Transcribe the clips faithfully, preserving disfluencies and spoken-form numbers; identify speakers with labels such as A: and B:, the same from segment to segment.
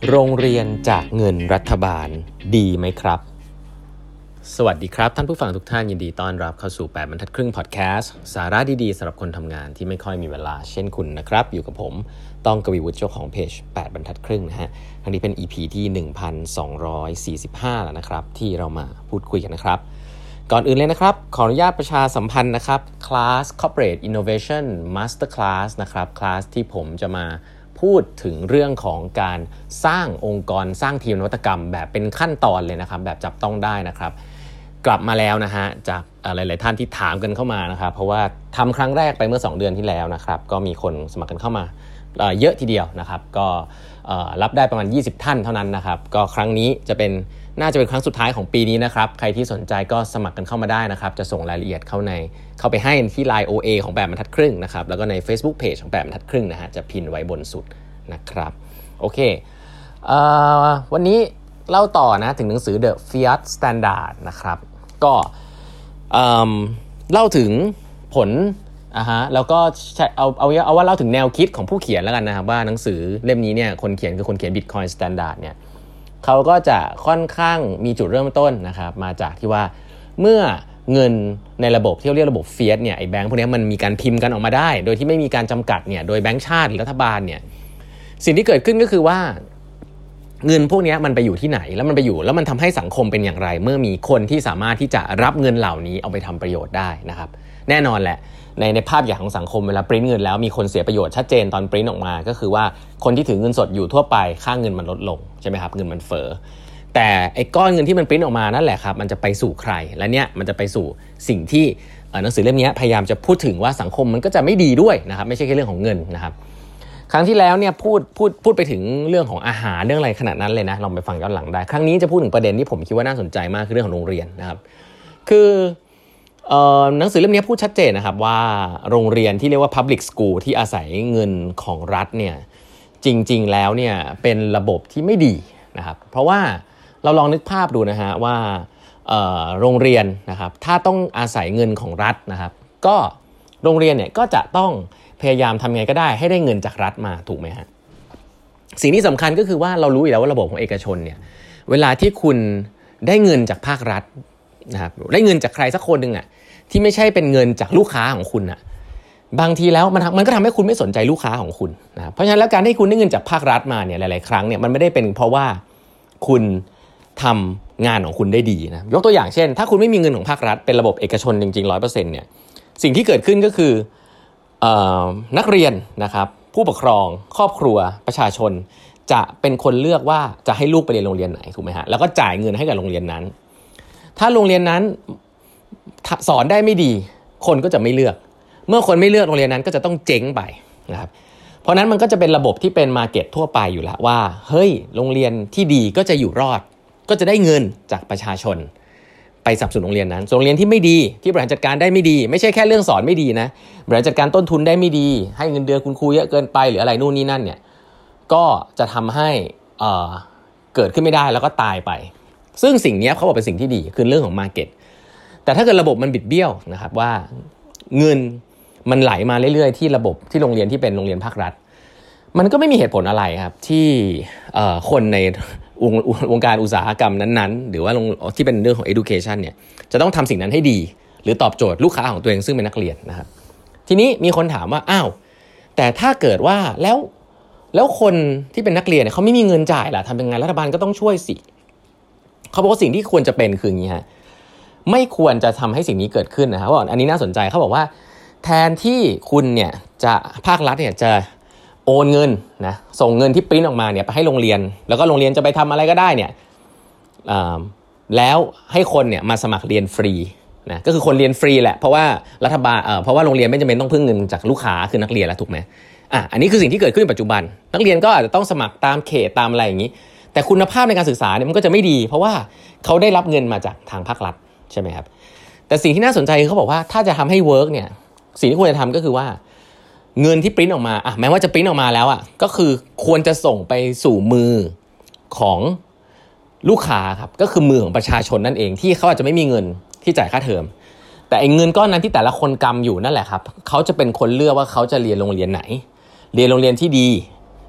A: โรงเรียนจากเงินรัฐบาลดีไหมครับสวัสดีครับท่านผู้ฟังทุกท่านยินดีต้อนรับเข้าสู่แปดบรรทัดครึ่งพอดแคสต์สาระดีๆสำหรับคนทำงานที่ไม่ค่อยมีเวลาเช่นคุณนะครับอยู่กับผมต้องกวีวุฒิเจ้าของเพจแปดบรรทัดครึ่งนะฮะครั้งนี้เป็น อี พี ที่ หนึ่งพันสองร้อยสี่สิบห้า แล้วนะครับที่เรามาพูดคุยกันนะครับก่อนอื่นเลยนะครับขออนุญาตประชาสัมพันธ์นะครับคลาส Corporate Innovation Master Class นะครับคลาสที่ผมจะมาพูดถึงเรื่องของการสร้างองค์กรสร้างทีมนวัตกรรมแบบเป็นขั้นตอนเลยนะครับแบบจับต้องได้นะครับกลับมาแล้วนะฮะจากหลายๆท่านที่ถามกันเข้ามานะครับเพราะว่าทำครั้งแรกไปเมื่อสองเดือนที่แล้วนะครับก็มีคนสมัครกันเข้ามาเยอะทีเดียวนะครับก็รับได้ประมาณยี่สิบท่านเท่านั้นนะครับก็ครั้งนี้จะเป็นน่าจะเป็นครั้งสุดท้ายของปีนี้นะครับใครที่สนใจก็สมัครกันเข้ามาได้นะครับจะส่งรายละเอียดเข้าในเข้าไปให้ที่ ไลน์ โอ เอ ของแปดบรรทัดครึ่งนะครับแล้วก็ใน Facebook Page ของแปดบรรทัดครึ่งนะฮะจะพินไว้บนสุดนะครับโอเคเอ่อวันนี้เล่าต่อนะถึงหนังสือ The Fiat Standard นะครับก็เอ่อเล่าถึงผลอ่ะฮะแล้วก็เอาเอาเอาว่าเล่าถึงแนวคิดของผู้เขียนแล้วกันนะครับว่าหนังสือเล่มนี้เนี่ยคนเขียนคือคนเขียน Bitcoin Standard เนี่ยเขาก็จะค่อนข้างมีจุดเริ่มต้นนะครับมาจากที่ว่าเมื่อเงินในระบบที่เรียกระบบเฟียสเนี่ยไอ้แบงค์พวกนี้มันมีการพิมพ์กันออกมาได้โดยที่ไม่มีการจำกัดเนี่ยโดยแบงค์ชาติหรือรัฐบาลเนี่ยสิ่งที่เกิดขึ้นก็คือว่าเงินพวกนี้มันไปอยู่ที่ไหนแล้วมันไปอยู่แล้วมันทำให้สังคมเป็นอย่างไรเมื่อมีคนที่สามารถที่จะรับเงินเหล่านี้เอาไปทำประโยชน์ได้นะครับแน่นอนแหละในในภาพใหญ่ของสังคมเวลาปริ้นเงินแล้วมีคนเสียประโยชน์ชัดเจนตอนปริ้นออกมาก็คือว่าคนที่ถือเงินสดอยู่ทั่วไปค่าเงินมันลดลงใช่ไหมครับเงินมันเฟ้อแต่ไอ้ก้อนเงินที่มันปริ้นออกมานั่นแหละครับมันจะไปสู่ใครและเนี่ยมันจะไปสู่สิ่งที่หนังสือเล่มนี้พยายามจะพูดถึงว่าสังคมมันก็จะไม่ดีด้วยนะครับไม่ใช่แค่เรื่องของเงินนะครับครั้งที่แล้วเนี่ยพูดพูดพูดไปถึงเรื่องของอาหารเรื่องอะไรขนาดนั้นเลยนะลองไปฟังย้อนหลังได้ครั้งนี้จะพูดถึงประเด็นที่ผมคิดว่าน่าสนใจมากคือเรื่องของโรงเรียนนะครับคือเอ่อหนังสือเล่มนี้พูดชัดเจนนะครับว่าโรงเรียนที่เรียกว่า Public School ที่อาศัยเงินของรัฐเนี่ยจริงๆแล้วเนี่ยเป็นระบบที่ไม่ดีนะครับเพราะว่าเราลองนึกภาพดูนะฮะว่าเอ่อโรงเรียนนะครับถ้าต้องอาศัยเงินของรัฐนะครับก็โรงเรียนเนี่ยก็จะต้องพยายามทำไงก็ได้ให้ได้เงินจากรัฐมาถูกไหมฮะสิ่งที่สำคัญก็คือว่าเรารู้อยู่แล้วว่าระบบของเอกชนเนี่ยเวลาที่คุณได้เงินจากภาครัฐนะครับได้เงินจากใครสักคนนึงอ่ะที่ไม่ใช่เป็นเงินจากลูกค้าของคุณอ่ะบางทีแล้วมันมันก็ทำให้คุณไม่สนใจลูกค้าของคุณนะครับเพราะฉะนั้นแล้วการที่คุณได้เงินจากภาครัฐมาเนี่ยหลายๆครั้งเนี่ยมันไม่ได้เป็นเพราะว่าคุณทำงานของคุณได้ดีนะยกตัวอย่างเช่นถ้าคุณไม่มีเงินของภาครัฐเป็นระบบเอกชนจริงๆ หนึ่งร้อยเปอร์เซ็นต์ เนี่ยสิ่งที่เกิดขึ้นก็คือเอ่อนักเรียนนะครับผู้ปกครองครอบครัวประชาชนจะเป็นคนเลือกว่าจะให้ลูกไปเรียนโรงเรียนไหนถูกไหมฮะแล้วก็จ่ายเงินให้กับโรงเรียนนั้นถ้าโรงเรียนนั้นสอนได้ไม่ดีคนก็จะไม่เลือกเมื่อคนไม่เลือกโรงเรียนนั้นก็จะต้องเจ๊งไปนะครับเพราะนั้นมันก็จะเป็นระบบที่เป็นมาร์เก็ตทั่วไปอยู่แล้วว่าเฮ้ยโรงเรียนที่ดีก็จะอยู่รอดก็จะได้เงินจากประชาชนไปสนับสนุนโรงเรียนนั้นส่วนโรงเรียนที่ไม่ดีที่บริหารจัดการได้ไม่ดีไม่ใช่แค่เรื่องสอนไม่ดีนะบริหารจัดการต้นทุนได้ไม่ดีให้เงินเดือนคุณครูเยอะเกินไปหรืออะไรนู่นนี่นั่นเนี่ยก็จะทำให้เอ่อเกิดขึ้นไม่ได้แล้วก็ตายไปซึ่งสิ่งนี้เขาบอกเป็นสิ่งที่ดีคือเรื่องของมาร์เก็ตแต่ถ้าเกิดระบบมันบิดเบี้ยวนะครับว่าเงินมันไหลมาเรื่อยๆที่ระบบที่โรงเรียนที่เป็นโรงเรียนภาครัฐมันก็ไม่มีเหตุผลอะไรครับที่เอ่อคนในวงการอุตสาหกรรมนั้นๆหรือว่าที่เป็นเรื่องของ education เนี่ยจะต้องทำสิ่งนั้นให้ดีหรือตอบโจทย์ลูกค้าของตัวเองซึ่งเป็นนักเรียนนะครับทีนี้มีคนถามว่าอ้าวแต่ถ้าเกิดว่าแล้วแล้วคนที่เป็นนักเรียนเนี่ยเขาไม่มีเงินจ่ายล่ะทำยังไงรัฐบาลก็ต้องช่วยสิเขาบอกว่าสิ่งที่ควรจะเป็นคืออย่างนี้ฮะไม่ควรจะทำให้สิ่งนี้เกิดขึ้นนะครับว่าอันนี้น่าสนใจเขาบอกว่าแทนที่คุณเนี่ยจะภาครัฐเนี่ยจะโอนเงินนะส่งเงินที่ปริ้นออกมาเนี่ยไปให้โรงเรียนแล้วก็โรงเรียนจะไปทำอะไรก็ได้เนี่ยแล้วให้คนเนี่ยมาสมัครเรียนฟรีนะก็คือคนเรียนฟรีแหละเพราะว่ารัฐบาลเอ่อเพราะว่าโรงเรียนไม่จำเป็นต้องพึ่งเงินจากลูกค้าคือนักเรียนแล้วถูกไหมอ่ะอันนี้คือสิ่งที่เกิดขึ้นในปัจจุบันนักเรียนก็อาจจะต้องสมัครตามเขตตามอะไรอย่างนี้แต่คุณภาพในการศึกษาเนี่ยมันก็จะไม่ดีเพราะว่าเขาได้รับเงินมาจากทางภาครัฐใช่ไหมครับแต่สิ่งที่น่าสนใจคือเขาบอกว่าถ้าจะทำให้เวิร์กเนี่ยสิ่งที่ควรจะทำก็คือว่าเงินที่ปริ้นออกมาอ่ะแม้ว่าจะปริ้นออกมาแล้วอ่ะก็คือควรจะส่งไปสู่มือของลูกค้าครับก็คือมือของประชาชนนั่นเองที่เขาอาจจะไม่มีเงินที่จ่ายค่าเทอมแต่ไอ้เงินก้อนนั้นที่แต่ละคนกำอยู่นั่นแหละครับเขาจะเป็นคนเลือกว่าเขาจะเรียนโรงเรียนไหนเรียนโรงเรียนที่ดี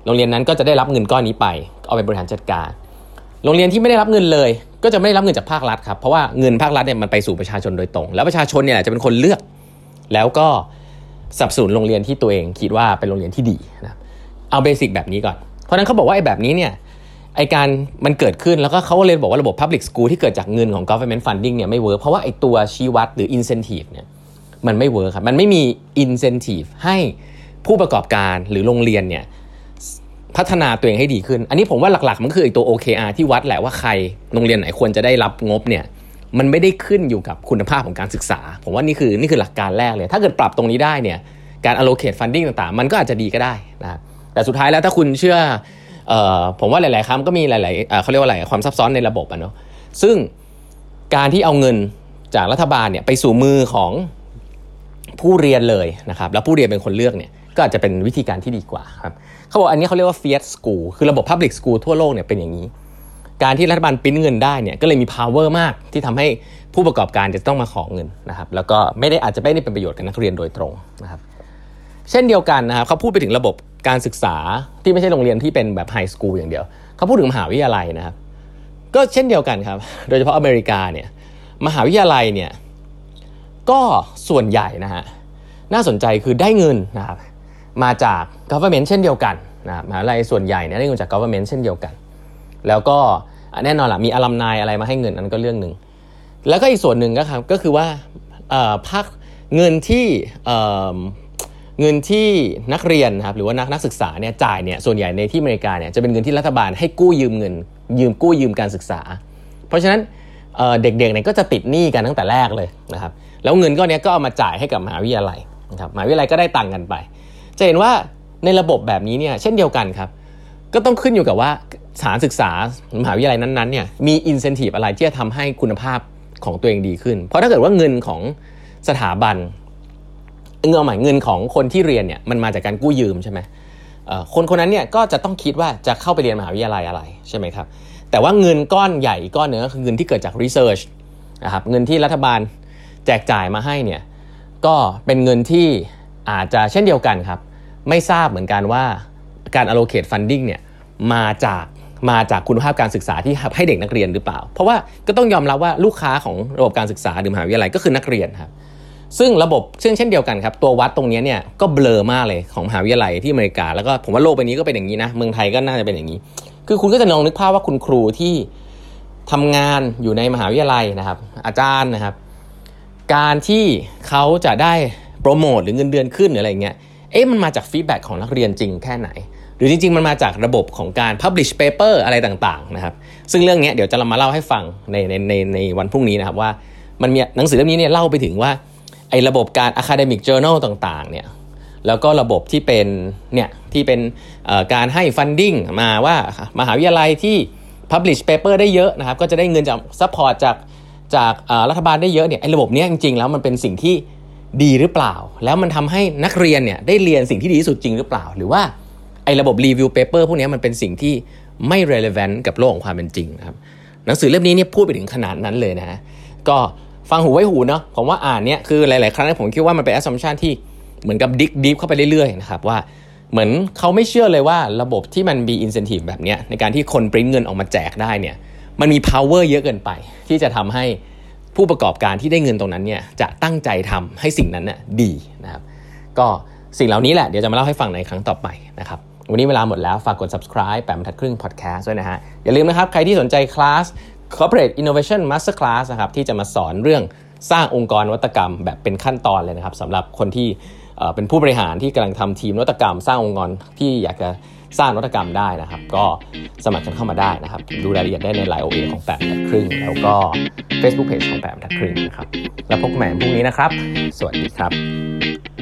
A: โรงเรียนนั้นก็จะได้รับเงินก้อนนี้ไปเอาไปบริหารจัดการโรงเรียนที่ไม่ได้รับเงินเลยก็จะไม่ได้รับเงินจากภาครัฐครับเพราะว่าเงินภาครัฐเนี่ยมันไปสู่ประชาชนโดยตรงแล้วประชาชนเนี่ยจะเป็นคนเลือกแล้วก็สนับสนุนโรงเรียนที่ตัวเองคิดว่าเป็นโรงเรียนที่ดีนะเอาเบสิกแบบนี้ก่อนเพราะฉะนั้นเขาบอกว่าไอ้แบบนี้เนี่ยไอ้การมันเกิดขึ้นแล้วก็เขาก็เลยบอกว่าระบบ Public School ที่เกิดจากเงินของ Government Funding เนี่ยไม่เวิร์คเพราะว่าไอ้ตัวชี้วัดหรือ Incentive เนี่ยมันไม่เวิร์คครับมันไม่มี Incentive ให้ผู้ประกอบการหรือโรงเรียนเนี่ยพัฒนาตัวเองให้ดีขึ้นอันนี้ผมว่าหลักๆมันคือไอ้ตัว โอ เค อาร์ ที่วัดแหละว่าใครโรงเรียนไหนควรจะได้รับงบเนี่ยมันไม่ได้ขึ้นอยู่กับคุณภาพของการศึกษาผมว่านี่คือนี่คือหลักการแรกเลยถ้าเกิดปรับตรงนี้ได้เนี่ยการ allocate funding ต่างๆมันก็อาจจะดีก็ได้นะแต่สุดท้ายแล้วถ้าคุณเชื่อเอ่อผมว่าหลายๆครั้งก็มีหลายๆเอ่อเขาเรียกว่าอะไรความซับซ้อนในระบบอ่ะเนาะซึ่งการที่เอาเงินจากรัฐบาลเนี่ยไปสู่มือของผู้เรียนเลยนะครับแล้วผู้เรียนเป็นคนเลือกเนี่ยก็อาจจะเป็นวิธีการที่ดีกว่าครับเขาบอกอันนี้เขาเรียกว่า fiat school คือระบบ public school ทั่วโลกเนี่ยเป็นอย่างนี้การที่รัฐบาลปริ้นเงินได้เนี่ยก็เลยมี power มากที่ทำให้ผู้ประกอบการจะต้องมาขอเงินนะครับแล้วก็ไม่ได้อาจจะไม่ได้เป็นประโยชน์กับนักเรียนโดยตรงนะครับเช่นเดียวกันนะครับเขาพูดไปถึงระบบการศึกษาที่ไม่ใช่โรงเรียนที่เป็นแบบไฮสคูลอย่างเดียวเขาพูดถึงมหาวิทยาลัยนะครับก็เช่นเดียวกันครับโดยเฉพาะอเมริกาเนี่ยมหาวิทยาลัยเนี่ยก็ส่วนใหญ่นะฮะน่าสนใจคือได้เงินนะครับมาจาก government เช่นเดียวกันนะมหาวิทยาลัยส่วนใหญ่เนี่ยได้เงินจาก government เช่นเดียวกันแล้วก็แน่นอนล่ะมีอลัมไนอะไรมาให้เงินนั้นก็เรื่องนึงแล้วก็อีกส่วนหนึ่งก็ครับก็คือว่าเอ่อภาคเงินที่เอ่อเงินที่นักเรียนนะครับหรือว่านักนักศึกษาเนี่ยจ่ายเนี่ยส่วนใหญ่ในที่อเมริกาเนี่ยจะเป็นเงินที่รัฐบาลให้กู้ยืมเงินยืมกู้ยืมการศึกษาเพราะฉะนั้นเอ่อเด็กๆเนี่ยก็จะติดหนี้กันตั้งแต่แรกเลยนะครับแล้วเงินก้อนนี้ก็เอามาจ่ายให้กับมหาวิทยาลัยนะครับมหาวิทยาลัยก็ได้ตังค์กันไปจะเห็นว่าในระบบแบบนี้เนี่ยเช่นเดียวกันครับก็ต้องขึ้นอยู่กับว่าสถานศึกษามหาวิทยาลัยนั้นๆเนี่ยมี incentive อะไรที่จะทำให้คุณภาพของตัวเองดีขึ้นเพราะถ้าเกิดว่าเงินของสถาบันเงินหมายเงินของคนที่เรียนเนี่ยมันมาจากการกู้ยืมใช่ไหมคนคนนั้นเนี่ยก็จะต้องคิดว่าจะเข้าไปเรียนมหาวิทยาลัยอะไรใช่ไหมครับแต่ว่าเงินก้อนใหญ่ก้อนนึงก็คือเงินที่เกิดจาก research นะครับเงินที่รัฐบาลแจกจ่ายมาให้เนี่ยก็เป็นเงินที่อาจจะเช่นเดียวกันครับไม่ทราบเหมือนกันว่าการ allocate funding เนี่ยมาจากมาจากคุณภาพการศึกษาที่ให้เด็กนักเรียนหรือเปล่าเพราะว่าก็ต้องยอมรับว่าลูกค้าของระบบการศึกษาหรือมหาวิทยาลัยก็คือนักเรียนครับซึ่งระบบซึ่งเช่นเดียวกันครับตัววัดตรงนี้เนี่ยก็เบลอมากเลยของมหาวิทยาลัยที่อเมริกาแล้วก็ผมว่าโลกใบนี้ก็เป็นอย่างนี้นะเมืองไทยก็น่าจะเป็นอย่างนี้คือคุณก็จะลองนึกภาพว่าคุณครูที่ทำงานอยู่ในมหาวิทยาลัยนะครับอาจารย์นะครับการที่เขาจะได้โปรโมทหรือเงินเดือนขึ้นหรืออะไรเงี้ยเอ๊ะมันมาจากฟีดแบ็กของนักเรียนจริงแค่ไหนหรือจริงๆมันมาจากระบบของการ publish paper อะไรต่างๆนะครับซึ่งเรื่องนี้เดี๋ยวจะมาเล่าให้ฟังในในในในวันพรุ่งนี้นะครับว่ามันมีหนังสือเล่มนี้เนี่ยเล่าไปถึงว่าไอ้ระบบการ academic journal ต่างๆเนี่ยแล้วก็ระบบที่เป็นเนี่ยที่เป็นเอ่อการให้ funding มาว่ามหาวิทยาลัยที่ publish paper ได้เยอะนะครับก็จะได้เงินจาก support จากจากรัฐบาลได้เยอะเนี่ยไอ้ระบบนี้จริงๆแล้วมันเป็นสิ่งที่ดีหรือเปล่าแล้วมันทำให้นักเรียนเนี่ยได้เรียนสิ่งที่ดีที่สุดจริงหรือเปล่าหรือว่าไอ้ระบบ review paper พวกนี้มันเป็นสิ่งที่ไม่ relevant กับโลกของความเป็นจริงนะครับหนังสือเล่มนี้เนี่ยพูดไปถึงขนาดนั้นเลยนะฮะก็ฟังหูไว้หูเนาะผมว่าอ่านเนี่ยคือหลายๆครั้งผมคิดว่ามันเป็น assumption ที่เหมือนกับดิกดิฟเข้าไปเรื่อยๆนะครับว่าเหมือนเขาไม่เชื่อเลยว่าระบบที่มันมี incentive แบบนี้ในการที่คนปริ้นเงินออกมาแจกได้เนี่ยมันมี power เยอะเกินไปที่จะทำให้ผู้ประกอบการที่ได้เงินตรงนั้นเนี่ยจะตั้งใจทำให้สิ่งนั้นน่ะดีนะครับก็สิ่งเหล่านี้แหละเดี๋ยวจะมาเล่าให้ฟังในครั้งต่อไปนะครับวันนี้เวลาหมดแล้วฝากกด subscribe แปดบรรทัดครึ่ง podcast ด้วยนะฮะอย่าลืมนะครับใครที่สนใจคลาส Corporate Innovation Master Class นะครับที่จะมาสอนเรื่องสร้างองค์กรนวัตกรรมแบบเป็นขั้นตอนเลยนะครับสำหรับคนที่เอ่อเป็นผู้บริหารที่กำลังทำทีมนวัตกรรมสร้างองค์กรที่อยากจะสร้างนวัตกรรมได้นะครับก็สมัครกันเข้ามาได้นะครับดูรายละเอียดได้ใน ไลน์ โอ เอ ของแปดบรรทัดครึ่งแล้วก็ Facebook Page ของแปดบรรทัดครึ่งนะครับแล้วพบกันใหม่พรุ่งนี้นะครับสวัสดีครับ